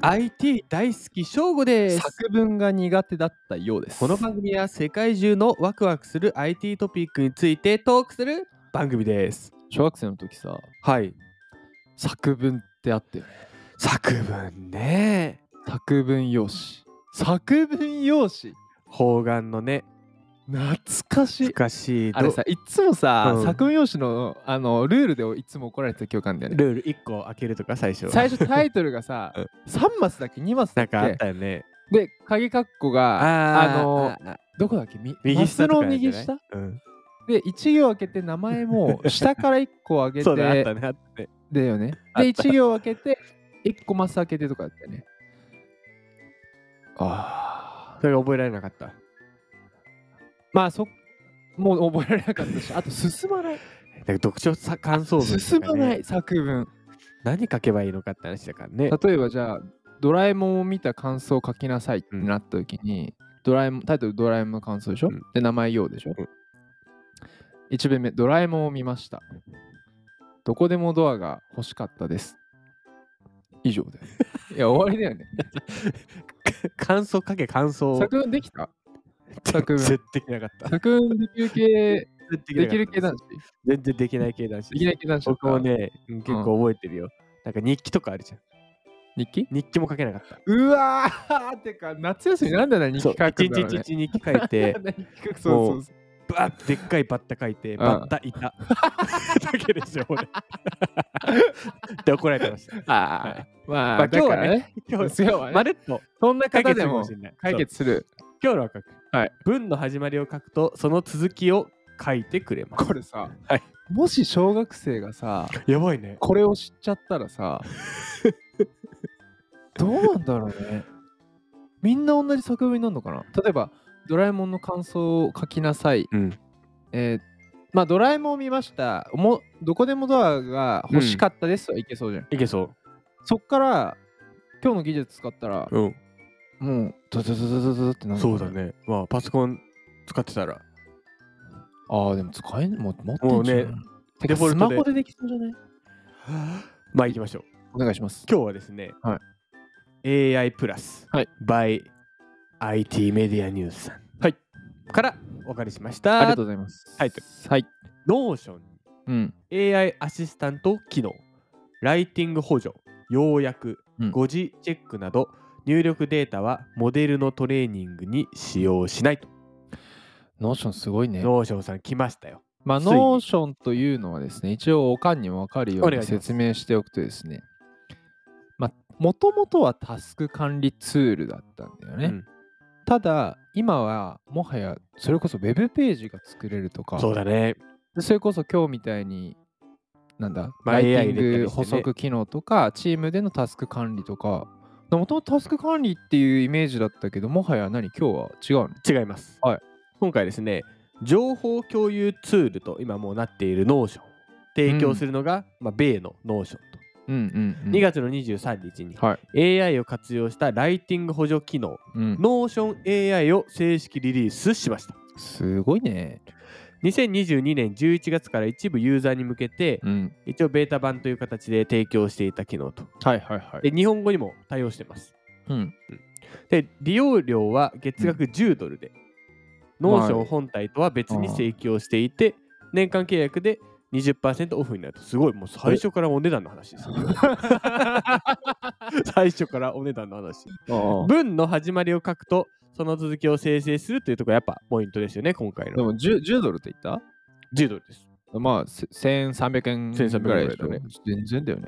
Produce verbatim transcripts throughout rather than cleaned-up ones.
アイティー 大好き翔吾です。 作文が苦手だったようです。 この番組は世界中のワクワクする アイティー トピックについてトークする番組です。 小学生の時さ、 はい。 作文ってあってよね。 作文ね。 作文用紙。作文用紙。 方眼のね。 懐かしい。 懐かしい。 あれさ、いつもさ、 うん作文用紙のあのルールでいつも怒られてた記憶あるんだよね。 ルールいっこ開けるとか最初。 最初タイトルがさ、 うんさんマスだっけにマスだっけなんかあったよね。 で、鍵括弧があのあーどこだっけみ右下とかマスの右じゃない下うん。 でいち行開けて名前も下からいっこ上げてそうだ、あったね、あったね。 だよね。 あったでいち行開けていっこマス開けてとかだったよね。ああ。 それが覚えられなかった。 まあそもう覚えられなかったし、あと進まない。 なんか読書さ感想文とか、ね、 進まない作文。 何書けばいいのかって話だからね。 例えばじゃあドラえもんを見た感想を書きなさいってなった時に、うん、ドラえもんタイトルドラえもんの感想でしょ、うん、で名前用でしょ、うん、いちべんめドラえもんを見ました。どこでもドアが欲しかったです。以上だよ。いや終わりだよね。 感想書け感想。 作文できた？作文全然できなかった。 作文できる系できる系男子？ 全然できない系男子。 できない系男子。 僕もね、結構覚えてるよ。なんか日記とかあるじゃん。 日記？ 日記も書けなかった。 うわーってか夏休みなんだよ日記書くんだろうね。 一日一日日記書いて、 そうそうそう。 バーってでっかいバッタ書いて、バッタいた。だけですよ、俺。って怒られてました。 ああ。まあ今日はね、 今日はまるっとそんな方でも解決する。 今日のは書く。 はい。 文の始まりを書くと、その続きを書いてくれます。 これさ、 はい、 もし小学生がさ、 やばいね。 これを知っちゃったらさ、どうなんだろうね。みんな同じ作文になるのかな。例えば、ドラえもんの感想を書きなさい。 うん、 えー、まあ、ドラえもんを見ました。もどこでもドアが欲しかったですはいけそうじゃん。 いけそう。 そっから今日の技術使ったら、 うん、 もうドドドドドドってなる。 そうだね。まあパソコン使ってたら。 ああでも使えんも持ってんじゃん。 もうね、 デフォルトでスマホでできそうじゃない？ まあ行きましょう。 お願いします。 今日はですね、 はい、 エーアイ プラス、 はい、 by アイティー メディアニュースさん、 はい、 からお借りしました。 ありがとうございます。 はい、 はい、 ノーションに、うん、エーアイ アシスタント機能、ライティング補助、要約、うん、誤字チェックなど入力データはモデルのトレーニングに使用しないと。 ノーションすごいね。 ノーションさん来ましたよ。 まあノーションというのはですね、一応おかんにも分かるように説明しておくとですね、まあもともとはタスク管理ツールだったんだよね。うん、ただ今はもはやそれこそウェブページが作れるとか、 そうだね。 それこそ今日みたいになんだ、まあ、ライティング補足機能とか、チームでのタスク管理とか、もともとタスク管理っていうイメージだったけど、もはや何今日は違うの？ 違います。 はい。 今回ですね、情報共有ツールと今もうなっているノーション提供するのが、うん、まあ、米のノーションと、 うんうんうん、 にがつのにじゅうさんにちに、 はい、 エーアイ を活用したライティング補助機能、うん、ノーション エーアイ を正式リリースしました。 すごいね。 にせんにじゅうにねんじゅういちがつから一部ユーザーに向けて、うん、一応ベータ版という形で提供していた機能と、 はいはいはい、 で日本語にも対応してます。 うんうん、 で利用料は月額じゅうドルで、うん、ノーション本体とは別に請求をしていて、年間契約で にじゅっパーセント オフになると。すごい、もう最初からお値段の話ですよ。最初からお値段の話。文の始まりを書くとその続きを生成するというところがやっぱポイントですよね、今回の。 でも 10, じゅうドルって言った？ じゅう ドルです。 まあせんさんびゃくえんぐらいでしょ。 ね、 全然だよね。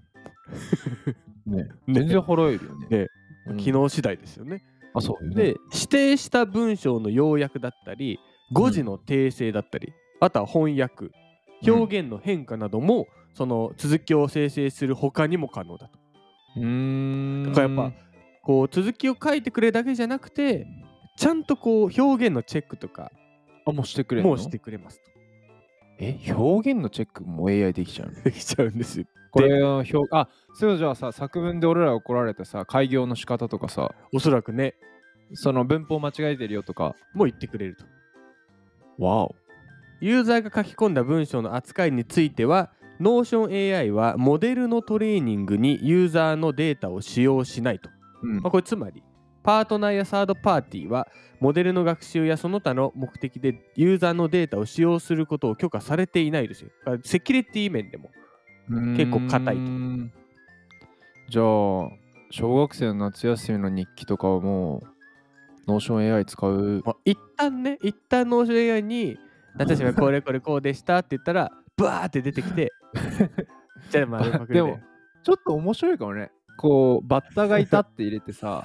ね全然払えるよね。 ね、うん、機能次第ですよね。 あ、そうよね。 で、指定した文章の要約だったり、語字の訂正だったり、うん、あとは翻訳、表現の変化なども、うん、その続きを生成する他にも可能だと。 うーん。 だからやっぱこう続きを書いてくれるだけじゃなくて、ちゃんとこう表現のチェックとかあもうしてくれるの？ もうしてくれますと。 え、表現のチェックも エーアイ できちゃうの？ できちゃうんですよ。 これは表あそうじゃあさ、作文で俺ら怒られたさ、改行の仕方とかさ、 おそらくね、 その文法間違えてるよとかもう言ってくれると。 わお。 ユーザーが書き込んだ文章の扱いについては Notion エーアイ はモデルのトレーニングにユーザーのデータを使用しないと。 うんまあ、これつまり、パートナーやサードパーティーはモデルの学習やその他の目的でユーザーのデータを使用することを許可されていないですよ。だからセキュリティ面でも結構硬いと。 うーんじゃあ、小学生の夏休みの日記とかはもう、Notion エーアイ 使う。 まあ、一旦ね、一旦 Notion エーアイ に夏休みはこれこれこうでしたって言ったら、バーって出てきて、じゃあ丸パクリでも、ちょっと面白いかもね。こう、バッタがいたって入れてさ、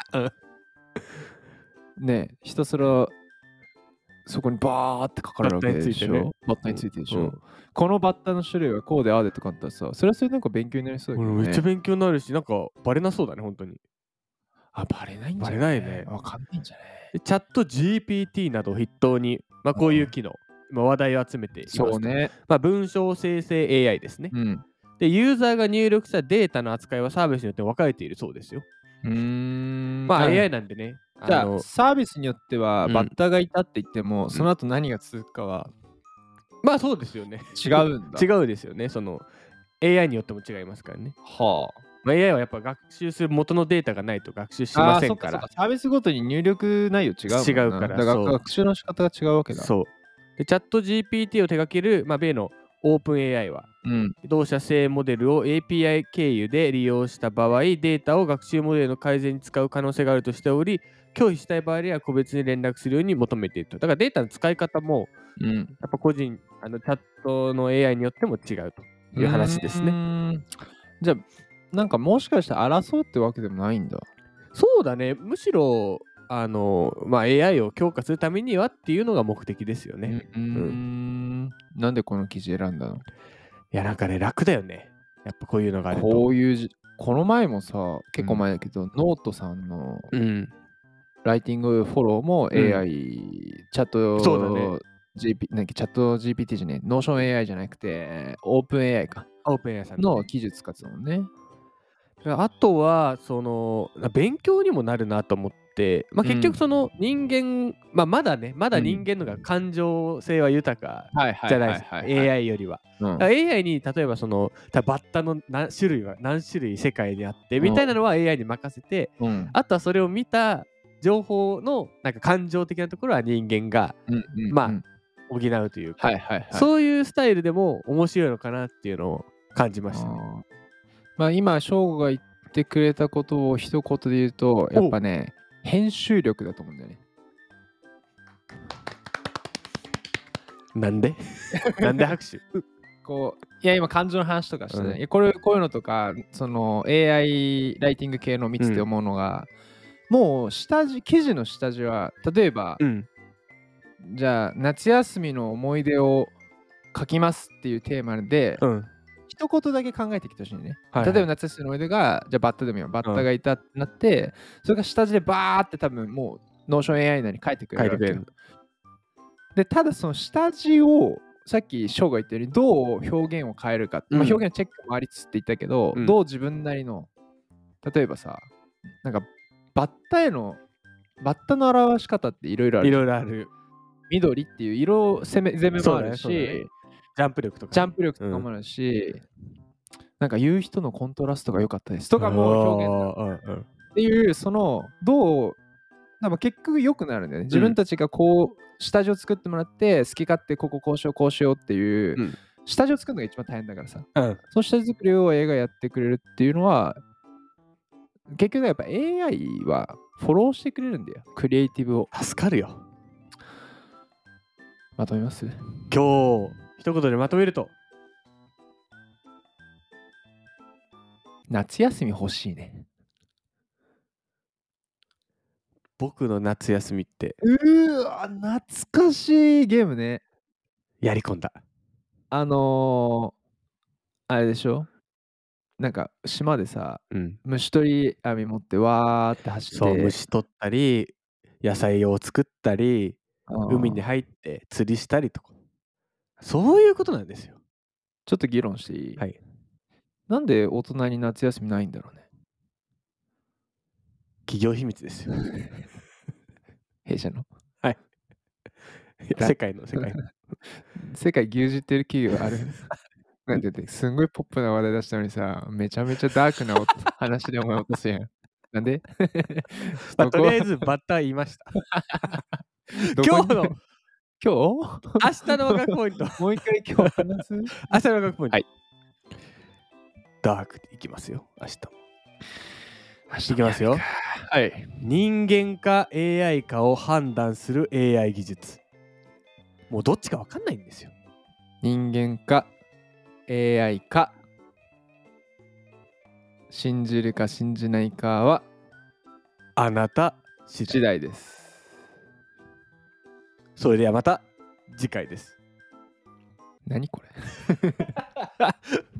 ねえ、ひたすらそこにバーって書かれるわけでしょ。バッタについてでしょ。 うんこのバッタの種類はこうでああでとかあったらさ、それはそれなんか勉強になりそうだけどね。 めっちゃ勉強になるし、なんかバレなそうだね、本当に。 あ、バレないんじゃないバレないね。 わかんないんじゃないでチャット ジーピーティー などを筆頭に、まあ、こういう機能、今話題を集めていますと。 そうね。 まあ、文章生成 エーアイ ですね。 うん。 で、ユーザーが入力したデータの扱いはサービスによって分かれているそうですよ。 うーん。 まあ、 はいエーアイ なんでね。 じゃあ、 のサービスによってはうんバッタがいたって言っても、その後何が続くかはまあそうですよね。 違うんだ。 違うですよね。その エーアイ によっても違いますからね。 はあ。 まあ、エーアイ はやっぱ学習する元のデータがないと学習しませんから。 あーそっかそっかサービスごとに入力内容違うもんな。 違うからだからそう学習の仕方が違うわけだ。 そう。で、チャット ジーピーティー を手掛ける、まあ、米のオープン エーアイ は、 うん。 同社製モデルを エーピーアイ 経由で利用した場合、データを学習モデルの改善に使う可能性があるとしており、拒否したい場合には個別に連絡するように求めていると。だからデータの使い方も、 うん。 やっぱ個人、あのチャットの エーアイ によっても違うという話ですね。 ね。じゃあ、なんかもしかしたら争うってわけでもないんだ。 そうだね。むしろ、あの、まあ、エーアイ を強化するためにはっていうのが目的ですよね。 うーん。なんでこの記事選んだのいや、なんかね、楽だよね。やっぱこういうのがあると。 こういうじ、この前もさ、結構前だけど、ノートさんのうん。 ライティングフォローも エーアイ、チャット、 そうだねジーピー、なんかチャット ジーピーティー じゃねえ、ノーション エーアイ じゃなくて、オープン エーアイ か。 オープン エーアイ さんのねの技術使ってたもんね。 あとは、その、勉強にもなるなと思って、まあ、結局その人間、まあ、まだね、まだ人間のが感情性は豊かはいはいじゃないですか、 はいはい、 エーアイ よりは。 うんだから エーアイ に例えばその、たバッタの何種類は何種類世界にあって、みたいなのは エーアイ に任せて、 うんあとはそれを見た情報のなんか感情的なところは人間がうんうんまあうん補うというか、 はいはいはい。 そういうスタイルでも面白いのかなっていうのを感じましたね。 あーまあ今、翔吾が言ってくれたことを一言で言うと、やっぱね、編集力だと思うんだよね。 なんでなんで拍手こう、いや今感情の話とかしてね、 うんいやこれこういうのとか、その エーアイ ライティング系の見てて思うのが、もう下地、記事の下地は、例えば、 うん。 じゃあ夏休みの思い出を書きますっていうテーマで、 うん。 一言だけ考えてきてほしいね。 はいはい例えば夏休みの思い出が、じゃあバッタでもいいよ。バッタがいたってなって、それが下地でバーって多分もう、ノーション エーアイ なり書いてくれるわけよ。 書いてくで、ただその下地を、さっき翔が言ったように、どう表現を変えるか。 うんまあ、表現のチェックもありつつって言ったけど、 うんどう自分なりの、例えばさ、なんかバッタへの、バッタの表し方っていろいろあるいじゃん。 ろいろある。 緑っていう色攻め攻めもあるし、 そうだねそうだねジャンプ力とかね、 ジャンプ力とかもあるし、なんか言う人のコントラストが良かったですとかも表現現。うんうんっていう、その、どう、なんか結局良くなるんだよね。自分たちがこう、下地を作ってもらって、好き勝手こここうしようこうしようっていう、 うん下地を作るのが一番大変だからさ。 うんその下地作りを エーアイ がやってくれるっていうのは、結局やっぱ エーアイ はフォローしてくれるんだよ。クリエイティブを。 助かるよ。 まとめます今日、一言でまとめると、 夏休み欲しいね。 僕の夏休みってうーわ、懐かしいゲームね。 やり込んだ。 あのー、あれでしょなんか島でさ、 うん。 虫取り網持ってわーって走って、 そう、虫取ったり、野菜を作ったり、 あー海に入って釣りしたりとか。そういうことなんですよ。 ちょっと議論していい、 はい。 なんで大人に夏休みないんだろうね。 企業秘密ですよ。 弊社の。 はい。 だ世界の世界の。 世界牛耳ってる企業ある。 なんでて、すんごいポップな話題出したのにさ、めちゃめちゃダークな話でお前落とすやん。なんでまあ、とりあえずバッター言いました。今日の今日明日のワクワクポイント。 もう一回今日話す明日のワクワクポイント。 はい。 ダークでいきますよ、明日も。 明日いきますよ。 はい。 人間か エーアイ かを判断する エーアイ 技術。もうどっちか分かんないんですよ。 人間か エーアイ か信じるか信じないかはあなた次次第。 第です。 それではまた次回です。 何これ